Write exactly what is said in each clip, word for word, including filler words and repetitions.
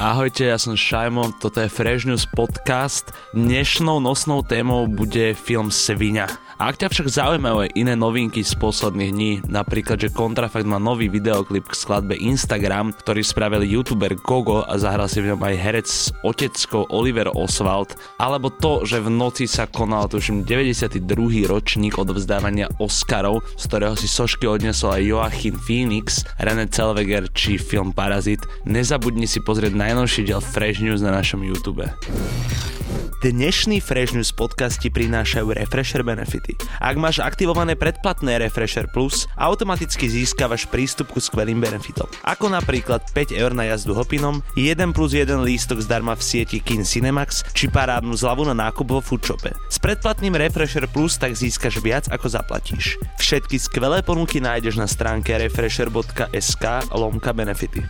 Ahojte, ja som Šajmo, toto je Fresh News podcast. Dnešnou nosnou témou bude film Sviňa. Ak ťa však zaujímajú aj iné novinky z posledných dní, napríklad, že Kontrafakt má nový videoklip k skladbe Instagram, ktorý spravil youtuber Gogo a zahral si v ňom aj herec s oteckou Oliver Oswald, alebo to, že v noci sa konal tuším deväťdesiaty druhý ročník odovzdávania Oscarov, z ktorého si sošky odnesol aj Joachim Phoenix, René Zellweger či film Parazit. Nezabudni si pozrieť najnovší diel Fresh News na našom YouTube. Dnešný Fresh News podcast ti prinášajú Refresher benefity. Ak máš aktivované predplatné Refresher Plus, automaticky získavaš prístup ku skvelým benefitom. Ako napríklad päť eur na jazdu Hopinom, jeden plus jeden lístok zdarma v sieti Kin Cinemax či parádnu zľavu na nákup vo Foodshope. S predplatným Refresher Plus tak získaš viac ako zaplatíš. Všetky skvelé ponuky nájdeš na stránke refresher bodka es ká lomka benefity.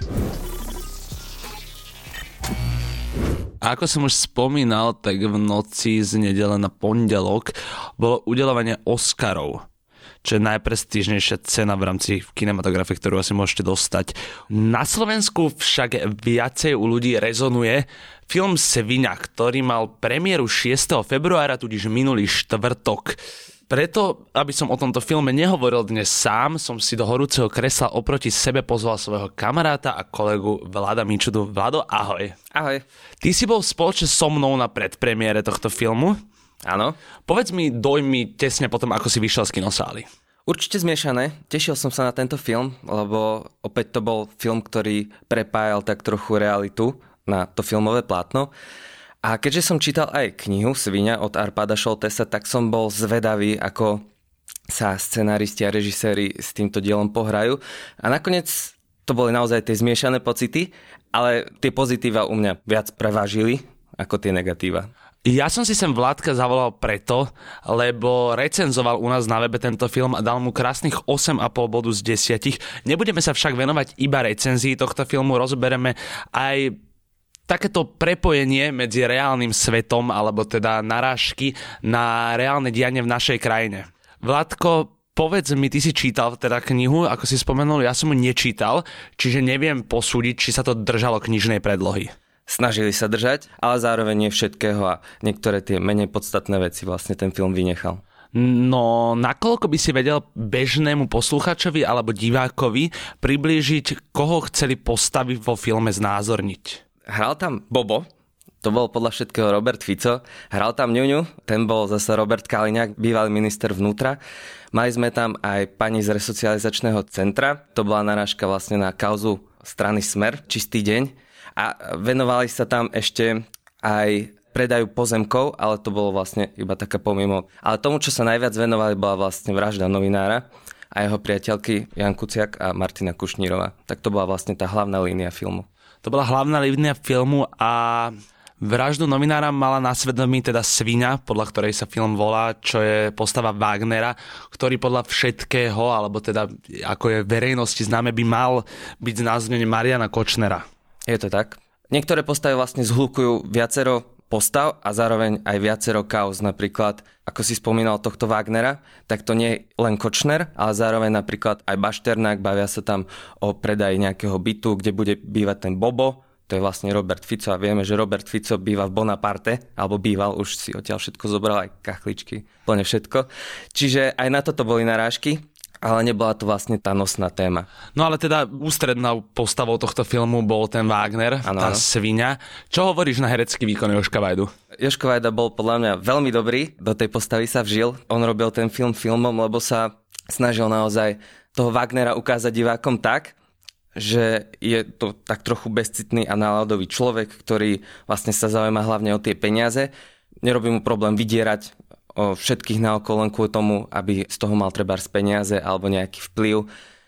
A ako som už spomínal, tak v noci z nedele na pondelok bolo udeľovanie Oscarov, čo je najprestížnejšia cena v rámci kinematografie, ktorú asi môžete dostať. Na Slovensku však viacej u ľudí rezonuje film Sviňa, ktorý mal premiéru šiesteho februára, tudíž minulý štvrtok. Preto, aby som o tomto filme nehovoril dnes sám, som si do horúceho kresla oproti sebe pozval svojho kamaráta a kolegu Vlada Mičudu. Vlado, ahoj. Ahoj. Ty si bol spoločne so mnou na predpremiére tohto filmu. Áno. Povedz mi dojmy tesne potom, ako si vyšiel z kinosály. Určite zmiešané. Tešil som sa na tento film, lebo opäť to bol film, ktorý prepájal tak trochu realitu na to filmové plátno. A keďže som čítal aj knihu Sviňa od Arpada Šoltesa, tak som bol zvedavý, ako sa scenáristi a režiséri s týmto dielom pohrajú. A nakoniec to boli naozaj tie zmiešané pocity, ale tie pozitíva u mňa viac prevážili ako tie negatíva. Ja som si sem Vládka zavolal preto, lebo recenzoval u nás na webe tento film a dal mu krásnych osem a pol bodu z desať. Nebudeme sa však venovať iba recenzii tohto filmu, rozbereme aj takéto prepojenie medzi reálnym svetom, alebo teda narážky na reálne dianie v našej krajine. Vládko, povedz mi, ty si čítal teda knihu, ako si spomenul, ja som ju nečítal, čiže neviem posúdiť, či sa to držalo knižnej predlohy. Snažili sa držať, ale zároveň nie všetkého a niektoré tie menej podstatné veci vlastne ten film vynechal. No, nakoľko by si vedel bežnému posluchačovi alebo divákovi priblížiť, koho chceli postavy vo filme znázorniť? Hral tam Bobo, to bol podľa všetkého Robert Fico. Hral tam Ňuňu, ten bol zase Robert Kaliňák, bývalý minister vnútra. Mali sme tam aj pani z resocializačného centra, to bola narážka vlastne na kauzu strany Smer, Čistý deň. A venovali sa tam ešte aj predaju pozemkov, ale to bolo vlastne iba taká pomimo. Ale tomu, čo sa najviac venovali, bola vlastne vražda novinára a jeho priateľky Jan Kuciak a Martina Kušnírová. Tak to bola vlastne tá hlavná línia filmu. To bola hlavná línia filmu a vraždu novinára mala na svedomí teda Sviňa, podľa ktorej sa film volá, čo je postava Wagnera, ktorý podľa všetkého, alebo teda ako je verejnosti známe, by mal byť znázornený Mariana Kočnera. Je to tak. Niektoré postavy vlastne zhlukujú viacero postav a zároveň aj viacero kauz. Napríklad, ako si spomínal tohto Wagnera, tak to nie je len Kočner, ale zároveň napríklad aj Bašternák, bavia sa tam o predaji nejakého bytu, kde bude bývať ten Bobo, to je vlastne Robert Fico a vieme, že Robert Fico býva v Bonaparte, alebo býval, už si odtiaľ všetko zobral, aj kachličky, plne všetko. Čiže aj na toto boli narážky, ale nebola to vlastne tá nosná téma. No ale teda ústrednou postavou tohto filmu bol ten Wagner, ano, tá ano. Sviňa. Čo hovoríš na herecký výkon Jožka Vajdu? Jožko Vajda bol podľa mňa veľmi dobrý, do tej postavy sa vžil. On robil ten film filmom, lebo sa snažil naozaj toho Wagnera ukázať divákom tak, že je to tak trochu bezcitný a náladový človek, ktorý vlastne sa zaujíma hlavne o tie peniaze. Nerobí mu problém vydierať o všetkých naokolo len kvôli tomu, aby z toho mal trebárs peniaze alebo nejaký vplyv.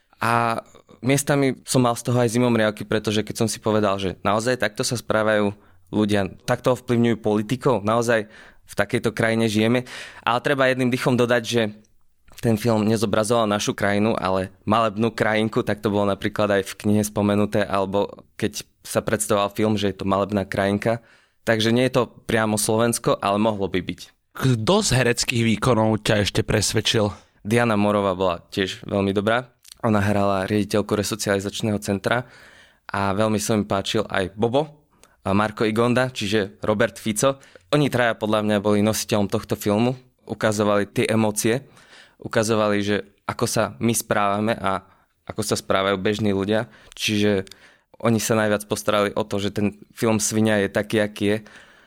A miestami som mal z toho aj zimomriavky, pretože keď som si povedal, že naozaj takto sa správajú ľudia, takto ovplyvňujú politikov, naozaj v takejto krajine žijeme. Ale treba jedným dychom dodať, že ten film nezobrazoval našu krajinu, ale malebnú krajinku, tak to bolo napríklad aj v knihe spomenuté, alebo keď sa predstavoval film, že je to malebná krajinka. Takže nie je to priamo Slovensko, ale mohlo by byť. Kto z hereckých výkonov ťa ešte presvedčil? Diana Morová bola tiež veľmi dobrá. Ona hrala riaditeľku resocializačného centra a veľmi sa mi páčil aj Bobo, Marko Igonda, čiže Robert Fico. Oni traja podľa mňa boli nositeľom tohto filmu, ukazovali tie emócie, ukazovali, že ako sa my správame a ako sa správajú bežní ľudia, čiže oni sa najviac postarali o to, že ten film Sviňa je taký, aký je.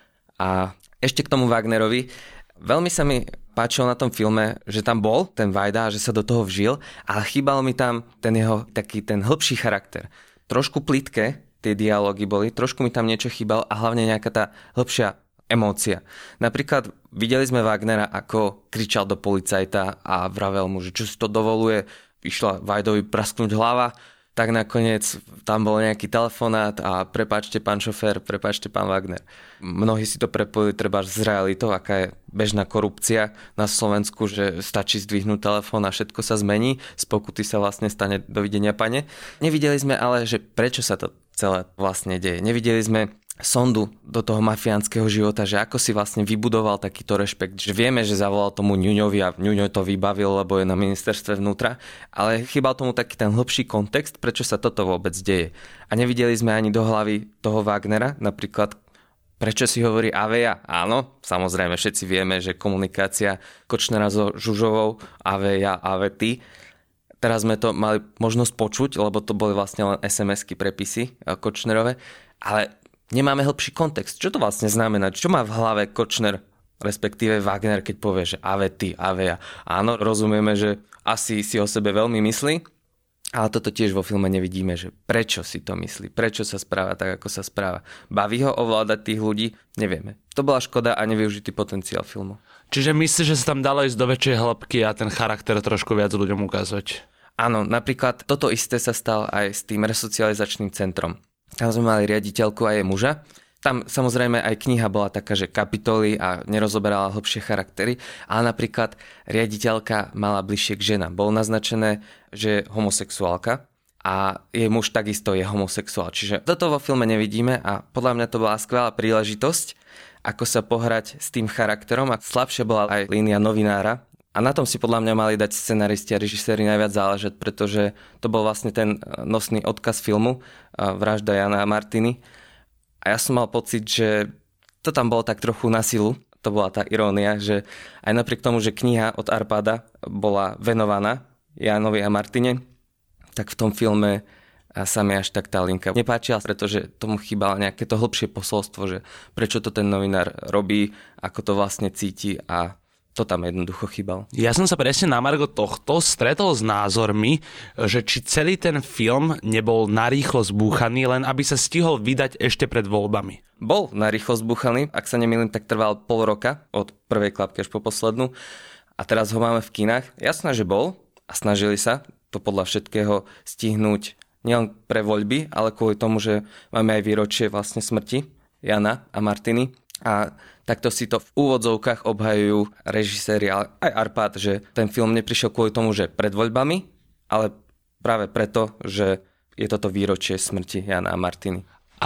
A ešte k tomu Wagnerovi, veľmi sa mi páčilo na tom filme, že tam bol ten Vajda, že sa do toho vžil, ale chýbal mi tam ten jeho taký ten hĺbší charakter. Trošku plitké tie dialógy boli, trošku mi tam niečo chýbal a hlavne nejaká tá hĺbšia emócia. Napríklad videli sme Wagnera, ako kričal do policajta a vravel mu, že čo si to dovoluje, išla Vajdovi prasknúť hlava, tak nakoniec tam bol nejaký telefonát a prepáčte pán šofér, prepáčte pán Wagner. Mnohí si to prepojili treba s realitou, aká je bežná korupcia na Slovensku, že stačí zdvihnúť telefón a všetko sa zmení, z pokuty sa vlastne stane dovidenia pane. Nevideli sme ale, že prečo sa to celé vlastne deje. Nevideli sme sondu do toho mafiánskeho života, že ako si vlastne vybudoval takýto rešpekt, že vieme, že zavolal tomu Ňuňovi a Ňuňo to vybavil, lebo je na ministerstve vnútra, ale chýbal tomu taký ten hlbší kontext, prečo sa toto vôbec deje. A nevideli sme ani do hlavy toho Wagnera, napríklad prečo si hovorí Aveja? Áno, samozrejme všetci vieme, že komunikácia Kočnera so Žužovou, Aveja, Ave ty. Teraz sme to mali možnosť počuť, lebo to boli vlastne len es em esky, prepisy Kočnerové, ale nemáme hĺbší kontext. Čo to vlastne znamená? Čo má v hlave Kočner, respektíve Wagner, keď povie, že Ave ty, Aveja? Áno, rozumieme, že asi si o sebe veľmi myslí, ale toto tiež vo filme nevidíme, že prečo si to myslí, prečo sa správa tak, ako sa správa. Baví ho ovládať tých ľudí? Nevieme. To bola škoda a nevyužitý potenciál filmu. Čiže myslíš, že sa tam dalo ísť do väčšej hĺbky a ten charakter trošku viac ľuďom ukázať? Áno, napríklad toto isté sa stalo aj s tým resocializačným centrom. Tam sme mali riaditeľku a jej muža. Tam samozrejme aj kniha bola taká, že kapitoly a nerozoberala hlbšie charaktery, ale napríklad riaditeľka mala bližšie k ženám. Bolo naznačené, že je homosexuálka a jej muž takisto je homosexuál. Čiže toto vo filme nevidíme a podľa mňa to bola skvelá príležitosť, ako sa pohrať s tým charakterom a slabšia bola aj línia novinára. A na tom si podľa mňa mali dať scenaristi a režiséri najviac záležať, pretože to bol vlastne ten nosný odkaz filmu, vražda Jana a Martiny. A ja som mal pocit, že to tam bolo tak trochu na silu. To bola tá irónia, že aj napriek tomu, že kniha od Arpáda bola venovaná Jánovi a Martine, tak v tom filme sa mi až tak tá linka nepáčila, pretože tomu chýbalo nejaké to hlbšie posolstvo, že prečo to ten novinár robí, ako to vlastne cíti a to tam jednoducho chýbal. Ja som sa presne na margo tohto stretol s názormi, že či celý ten film nebol narýchlo zbúchaný, len aby sa stihol vydať ešte pred voľbami. Bol narýchlo zbúchaný, ak sa nemýlim, tak trval pol roka, od prvej klapky až po poslednú. A teraz ho máme v kinách. Jasné, že bol a snažili sa to podľa všetkého stihnúť nielen pre voľby, ale kvôli tomu, že máme aj výročie vlastne smrti Jana a Martiny. A takto si to v úvodzovkách obhajujú režiséri, ale aj Arpád, že ten film neprišiel kvôli tomu, že pred voľbami, ale práve preto, že je toto výročie smrti Jana a Martiny.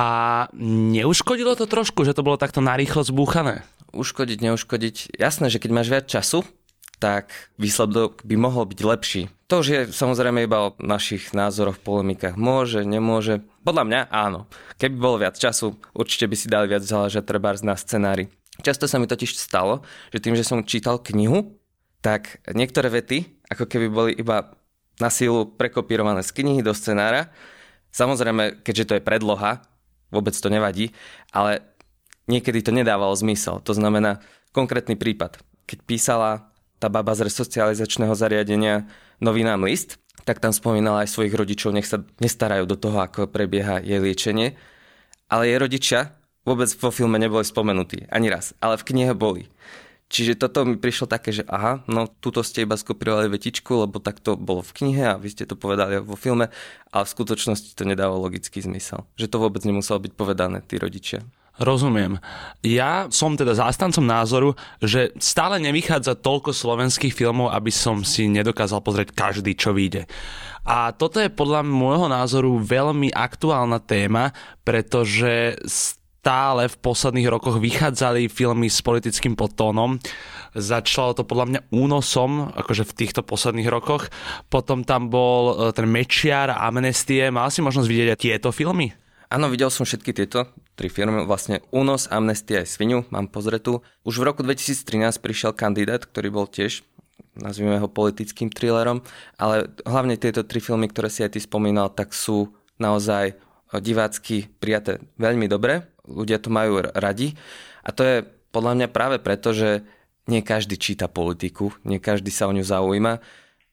A neuškodilo to trošku, že to bolo takto narýchlo zbúchané? Uškodiť, neuškodiť. Jasné, že keď máš viac času, tak výsledok by mohol byť lepší. To už je samozrejme iba o našich názoroch, polemikách. Môže, nemôže. Podľa mňa áno. Keby bolo viac času, určite by si dali viac záležať trebárs na scenári. Často sa mi totiž stalo, že tým, že som čítal knihu, tak niektoré vety, ako keby boli iba na sílu prekopírované z knihy do scenára. Samozrejme, keďže to je predloha, vôbec to nevadí, ale niekedy to nedávalo zmysel. To znamená konkrétny prípad. Keď písala tá baba z resocializačného zariadenia novinám list, tak tam spomínala aj svojich rodičov, nech sa nestarajú do toho, ako prebieha jej liečenie. Ale jej rodičia vôbec vo filme neboli spomenutí, ani raz, ale v knihe boli. Čiže toto mi prišlo také, že aha, no tuto ste iba skopírovali vetičku, lebo tak to bolo v knihe a vy ste to povedali vo filme, ale v skutočnosti to nedávalo logický zmysel. Že to vôbec nemuselo byť povedané, tí rodičia. Rozumiem. Ja som teda zástancom názoru, že stále nevychádza toľko slovenských filmov, aby som si nedokázal pozrieť každý, čo vyjde. A toto je podľa môjho názoru veľmi aktuálna téma, pretože stále v posledných rokoch vychádzali filmy s politickým podtónom. Začalo to podľa mňa únosom, akože v týchto posledných rokoch. Potom tam bol ten Mečiar, Amnestie. Mal si možnosť vidieť aj tieto filmy? Áno, videl som všetky tieto. tri filmy, vlastne Únos, Amnestia aj Sviňu, mám pozretú. Už v roku dvetisíctrinásť prišiel Kandidát, ktorý bol tiež, nazvime ho politickým thrillerom, ale hlavne tieto tri filmy, ktoré si aj ty spomínal, tak sú naozaj divácky prijaté veľmi dobre. Ľudia to majú radi a to je podľa mňa práve preto, že nie každý číta politiku, nie každý sa o ňu zaujíma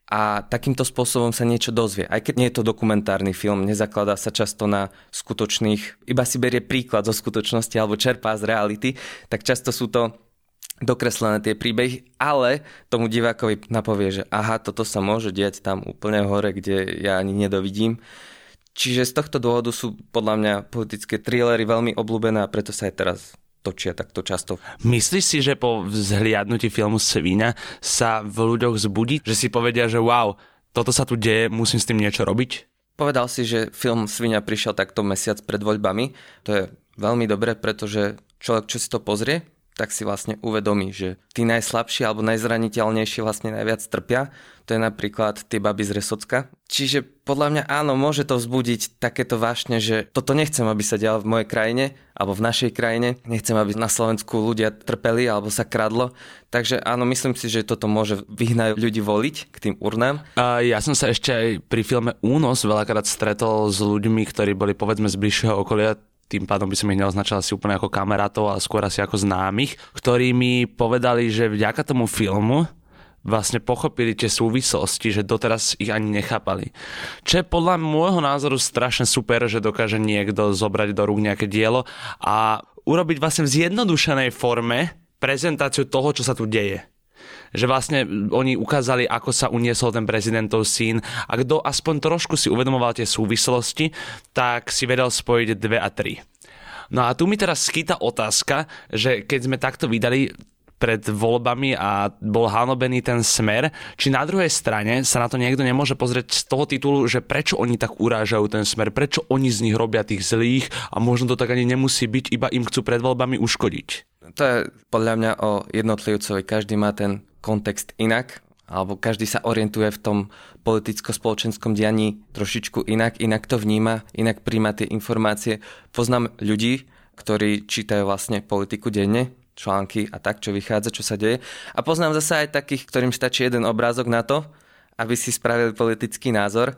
a takýmto spôsobom sa niečo dozvie. Aj keď nie je to dokumentárny film, nezakladá sa často na skutočných, iba si berie príklad zo skutočnosti alebo čerpá z reality, tak často sú to dokreslené tie príbehy, ale tomu divákovi napovie, že aha, toto sa môže diať tam úplne hore, kde ja ani nedovidím. Čiže z tohto dôvodu sú podľa mňa politické thrillery veľmi obľúbené a preto sa aj teraz točia takto často. Myslíš si, že po vzhliadnutí filmu Sviňa sa v ľuďoch zbudí, že si povedia, že wow, toto sa tu deje, musím s tým niečo robiť? Povedal si, že film Sviňa prišiel takto mesiac pred voľbami. To je veľmi dobré, pretože človek, čo si to pozrie, tak si vlastne uvedomí, že tí najslabší alebo najzraniteľnejší vlastne najviac trpia. To je napríklad tie baby z Resocka. Čiže podľa mňa áno, môže to vzbudiť takéto vášne, že toto nechcem, aby sa dialo v mojej krajine alebo v našej krajine. Nechcem, aby na Slovensku ľudia trpeli alebo sa kradlo. Takže áno, myslím si, že toto môže vyhnať ľudí voliť k tým urnám. A ja som sa ešte aj pri filme Únos veľakrát stretol s ľuďmi, ktorí boli povedzme z bližšieho okolia. Tým pádom by som ich neoznačal asi úplne ako kamarátov, ale skôr asi ako známych, ktorí mi povedali, že vďaka tomu filmu vlastne pochopili tie súvislosti, že doteraz ich ani nechápali. Čo je podľa môjho názoru strašne super, že dokáže niekto zobrať do rúk nejaké dielo a urobiť vlastne v zjednodušenej forme prezentáciu toho, čo sa tu deje. Že vlastne oni ukázali, ako sa uniesol ten prezidentov syn a kto aspoň trošku si uvedomoval tie súvislosti, tak si vedel spojiť dve a tri. No a tu mi teraz skýta otázka, že keď sme takto vydali pred voľbami a bol hanobený ten Smer, či na druhej strane sa na to niekto nemôže pozrieť z toho titulu, že prečo oni tak urážajú ten Smer, prečo oni z nich robia tých zlých a možno to tak ani nemusí byť, iba im chcú pred voľbami uškodiť. To je podľa mňa o jednotlivcovi. Každý má ten kontext inak, alebo každý sa orientuje v tom politicko-spoločenskom dianí trošičku inak, inak to vníma, inak príjma tie informácie. Poznám ľudí, ktorí čítajú vlastne politiku denne, články a tak, čo vychádza, čo sa deje. A poznám zase aj takých, ktorým stačí jeden obrázok na to, aby si spravili politický názor.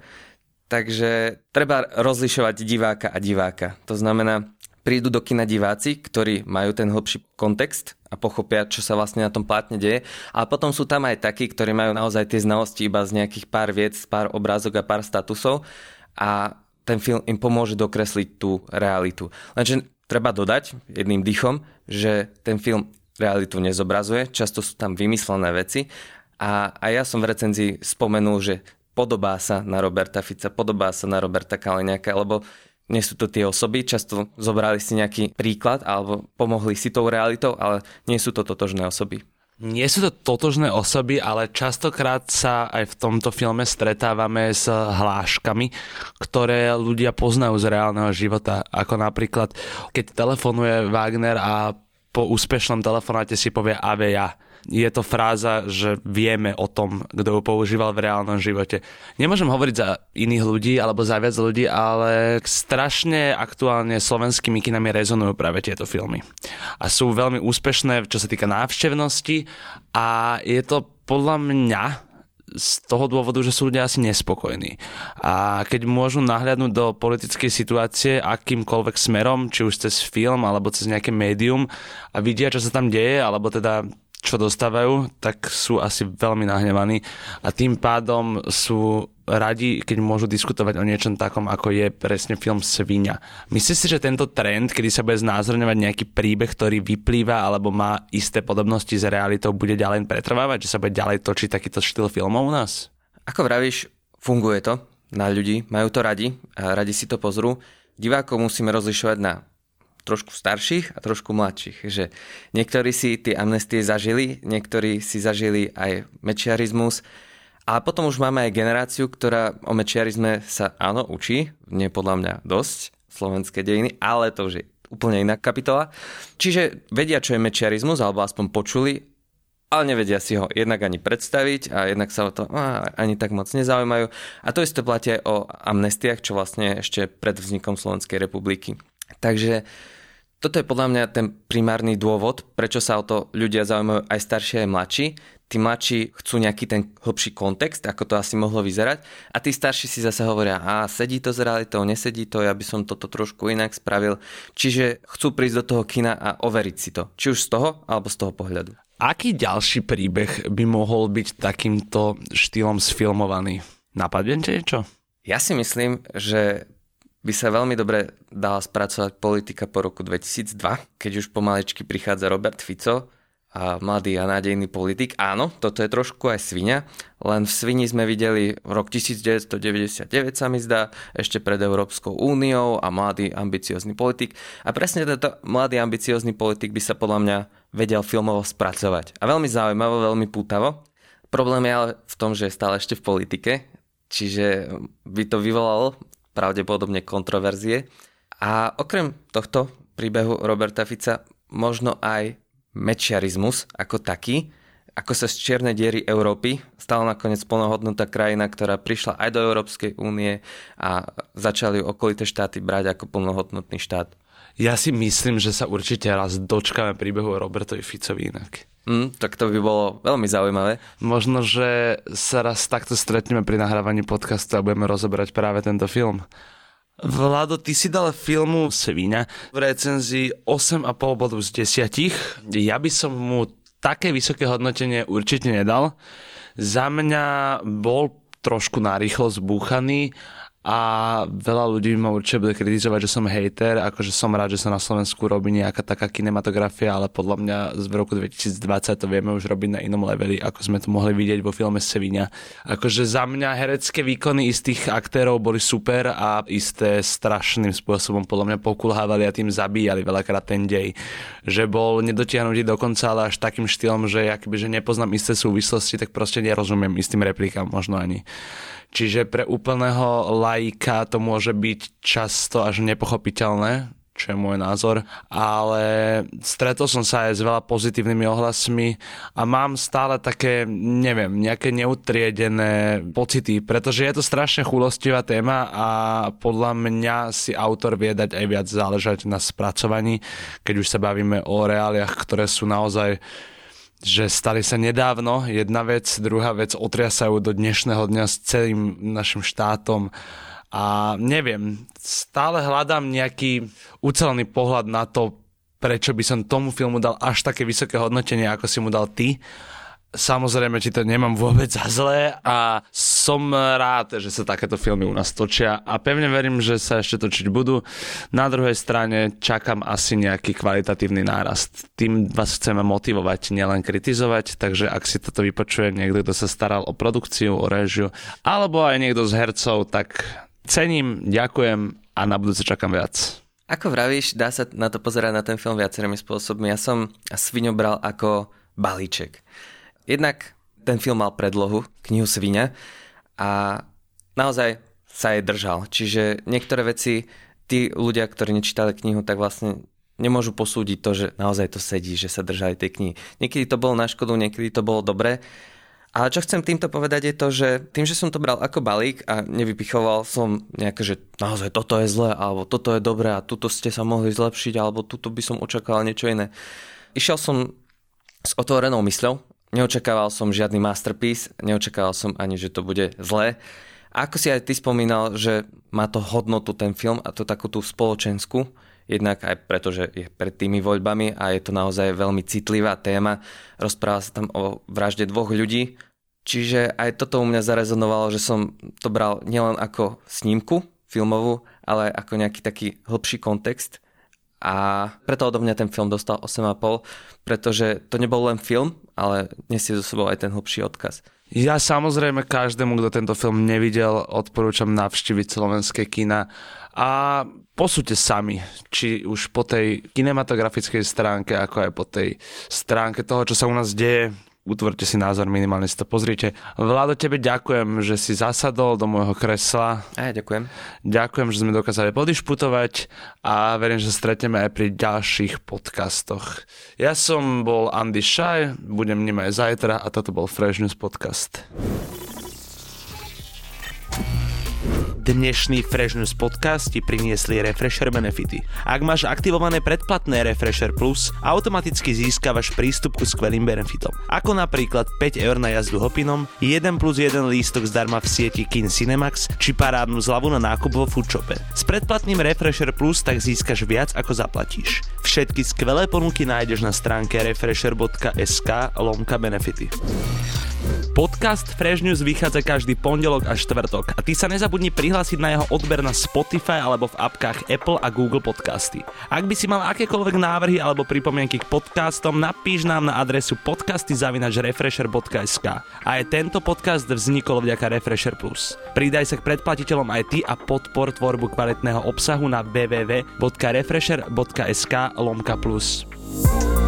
Takže treba rozlišovať diváka a diváka. To znamená, prídu do kina diváci, ktorí majú ten hlbší kontext a pochopia, čo sa vlastne na tom plátne deje. A potom sú tam aj takí, ktorí majú naozaj tie znalosti iba z nejakých pár viec, pár obrázok a pár statusov a ten film im pomôže dokresliť tú realitu. Lenže treba dodať jedným dychom, že ten film realitu nezobrazuje, často sú tam vymyslené veci a, a ja som v recenzii spomenul, že podobá sa na Roberta Fica, podobá sa na Roberta Kaliňáka, lebo nie sú to tie osoby, často zobrali si nejaký príklad alebo pomohli si tou realitou, ale nie sú to totožné osoby. Nie sú to totožné osoby, ale častokrát sa aj v tomto filme stretávame s hláškami, ktoré ľudia poznajú z reálneho života. Ako napríklad, keď telefonuje Wagner a po úspešnom telefonáte si povie ave ja. Je to fráza, že vieme o tom, kto ju používal v reálnom živote. Nemôžem hovoriť za iných ľudí alebo za viac ľudí, ale strašne aktuálne slovenskými kinami rezonujú práve tieto filmy. A sú veľmi úspešné, čo sa týka návštevnosti a je to podľa mňa z toho dôvodu, že sú ľudia asi nespokojní. A keď môžu nahliadnúť do politickej situácie akýmkoľvek smerom, či už cez film alebo cez nejaké médium a vidia, čo sa tam deje, alebo teda čo dostávajú, tak sú asi veľmi nahnevaní a tým pádom sú radi, keď môžu diskutovať o niečom takom, ako je presne film Sviňa. Myslíš si, že tento trend, kedy sa bude znázorňovať nejaký príbeh, ktorý vyplýva alebo má isté podobnosti s realitou, bude ďalej pretrvávať? Že sa bude ďalej točiť takýto štýl filmov u nás? Ako vravíš, funguje to na ľudí, majú to radi a radi si to pozrú. Divákov musíme rozlišovať na trošku starších a trošku mladších. Že niektorí si tie amnestie zažili, niektorí si zažili aj mečiarizmus. A potom už máme aj generáciu, ktorá o mečiarizme sa áno učí, nie podľa mňa dosť, slovenské dejiny, ale to už je úplne iná kapitola. Čiže vedia, čo je mečiarizmus, alebo aspoň počuli, ale nevedia si ho jednak ani predstaviť a jednak sa o to á, ani tak moc nezaujímajú. A to isté platí aj o amnestiách, čo vlastne ešte pred vznikom Slovenskej republiky. Takže Toto je podľa mňa ten primárny dôvod, prečo sa o to ľudia zaujímajú aj starší, aj mladší. Tí mladší chcú nejaký ten hlbší kontext, ako to asi mohlo vyzerať. A tí starší si zase hovoria, a sedí to s realitou, nesedí to, ja by som toto trošku inak spravil. Čiže chcú prísť do toho kina a overiť si to. Či už z toho, alebo z toho pohľadu. Aký ďalší príbeh by mohol byť takýmto štýlom sfilmovaný? Napadne ti niečo? Ja si myslím, že by sa veľmi dobre dala spracovať politika po roku dvetisícdva, keď už pomalečky prichádza Robert Fico a mladý a nádejný politik. Áno, toto je trošku aj Sviňa, len v Svini sme videli rok devätnásťstodeväťdesiatdeväť sa mi zdá, ešte pred Európskou úniou a mladý ambiciózny politik. A presne tento mladý ambiciózny politik by sa podľa mňa vedel filmovo spracovať. A veľmi zaujímavo, veľmi pútavo. Problém je ale v tom, že je stále ešte v politike, čiže by to vyvolalo pravdepodobne kontroverzie. A okrem tohto príbehu Roberta Fica možno aj mečiarizmus ako taký, ako sa z čiernej diery Európy stala nakoniec plnohodnotná krajina, ktorá prišla aj do Európskej únie a začali okolité štáty brať ako plnohodnotný štát. Ja si myslím, že sa určite raz dočkáme príbehu o Robertovi Ficovi inak. Mm, tak to by bolo veľmi zaujímavé. Možno, že sa raz takto stretneme pri nahrávaní podcastu a budeme rozoberať práve tento film. Vlado, ty si dal filmu Sviňa v recenzii osem a pol bodu z desať. Ja by som mu také vysoké hodnotenie určite nedal. Za mňa bol trošku narýchlo zbúchaný a veľa ľudí ma určite bude kritizovať, že som hejter, akože som rád, že sa na Slovensku robí nejaká taká kinematografia, ale podľa mňa z roku dvetisícdvadsať to vieme už robiť na inom leveli, ako sme to mohli vidieť vo filme Sviňa. Akože za mňa herecké výkony istých aktérov boli super a isté strašným spôsobom podľa mňa pokulhávali a tým zabíjali veľakrát ten dej. Že bol nedotiahnutý dokonca, ale až takým štýlom, že akoby, že nepoznám isté súvislosti, tak proste nerozumiem istým replikám možno ani. Čiže pre úplného laika to môže byť často až nepochopiteľné, čo je môj názor, ale stretol som sa aj s veľa pozitívnymi ohlasmi a mám stále také, neviem, nejaké neutriedené pocity, pretože je to strašne chulostivá téma a podľa mňa si autor vie dať aj viac záležať na spracovaní, keď už sa bavíme o reáliách, ktoré sú naozaj že stali sa nedávno, jedna vec, druhá vec, otriasajú do dnešného dňa s celým našim štátom a neviem, stále hľadám nejaký ucelený pohľad na to, prečo by som tomu filmu dal až také vysoké hodnotenie, ako si mu dal ty. Samozrejme, či to nemám vôbec za zlé a som rád, že sa takéto filmy u nás točia a pevne verím, že sa ešte točiť budú. Na druhej strane čakám asi nejaký kvalitatívny nárast. Tým vás chceme motivovať, nielen kritizovať, takže ak si toto vypočuje niekto, kto sa staral o produkciu, o réžiu, alebo aj niekto z hercov, tak cením, ďakujem a na budúce čakám viac. Ako vravíš, dá sa na to pozerať na ten film viacerými spôsobmi. Ja som Sviňu bral ako balíček. Jednak ten film mal predlohu, knihu Sviňa a naozaj sa jej držal. Čiže niektoré veci, tí ľudia, ktorí nečítali knihu, tak vlastne nemôžu posúdiť to, že naozaj to sedí, že sa držali tej knihy. Niekedy to bolo na škodu, niekedy to bolo dobré. Ale čo chcem týmto povedať je to, že tým, že som to bral ako balík a nevypichoval som nejaké, že naozaj toto je zlé, alebo toto je dobré a tuto ste sa mohli zlepšiť, alebo tuto by som očakával niečo iné. Išiel som s otvorenou mysľou. Neočakával som žiadny masterpiece, neočakával som ani, že to bude zlé. A ako si aj ty spomínal, že má to hodnotu ten film a to takú tú spoločenskú, jednak aj preto, že je pred tými voľbami a je to naozaj veľmi citlivá téma. Rozpráva sa tam o vražde dvoch ľudí, čiže aj toto u mňa zarezonovalo, že som to bral nielen ako snímku filmovú, ale ako nejaký taký hĺbší kontext. A preto odo mňa ten film dostal osem a pol, pretože to nebol len film, ale nesie zo sebou aj ten hlbší odkaz. Ja samozrejme každému, kto tento film nevidel, odporúčam navštíviť slovenské kina a posúďte sami, či už po tej kinematografickej stránke, ako aj po tej stránke toho, čo sa u nás deje. Utvorte si názor, minimálne si to pozrite. Vlado, tebe ďakujem, že si zasadol do môjho kresla. A ja ďakujem. Ďakujem, že sme dokázali podišputovať a verím, že sa stretneme aj pri ďalších podcastoch. Ja som bol Andy Šaj, budem ním aj zajtra a toto bol Fresh News Podcast. Dnešný Fresh News podcast ti priniesli Refresher benefity. Ak máš aktivované predplatné Refresher Plus, automaticky získavaš prístup ku skvelým benefitom. Ako napríklad päť eur na jazdu hopinom, jeden plus jeden lístok zdarma v sieti Kin Cinemax či parádnu zľavu na nákup vo Foodshope. S predplatným Refresher Plus tak získaš viac ako zaplatíš. Všetky skvelé ponuky nájdeš na stránke refresher bodka es ká lomka benefity. Podcast Fresh News vychádza každý pondelok a štvrtok a ty sa nezabudni prihlásiť na jeho odber na Spotify alebo v apkách Apple a Google Podcasty. Ak by si mal akékoľvek návrhy alebo pripomienky k podcastom, napíš nám na adresu podcasty zavináč refresher bodka es ká. A aj tento podcast vznikol vďaka Refresher Plus. Pridaj sa k predplatiteľom aj ty a podpor tvorbu kvalitného obsahu na w w w bodka refresher bodka es ká lomka plus.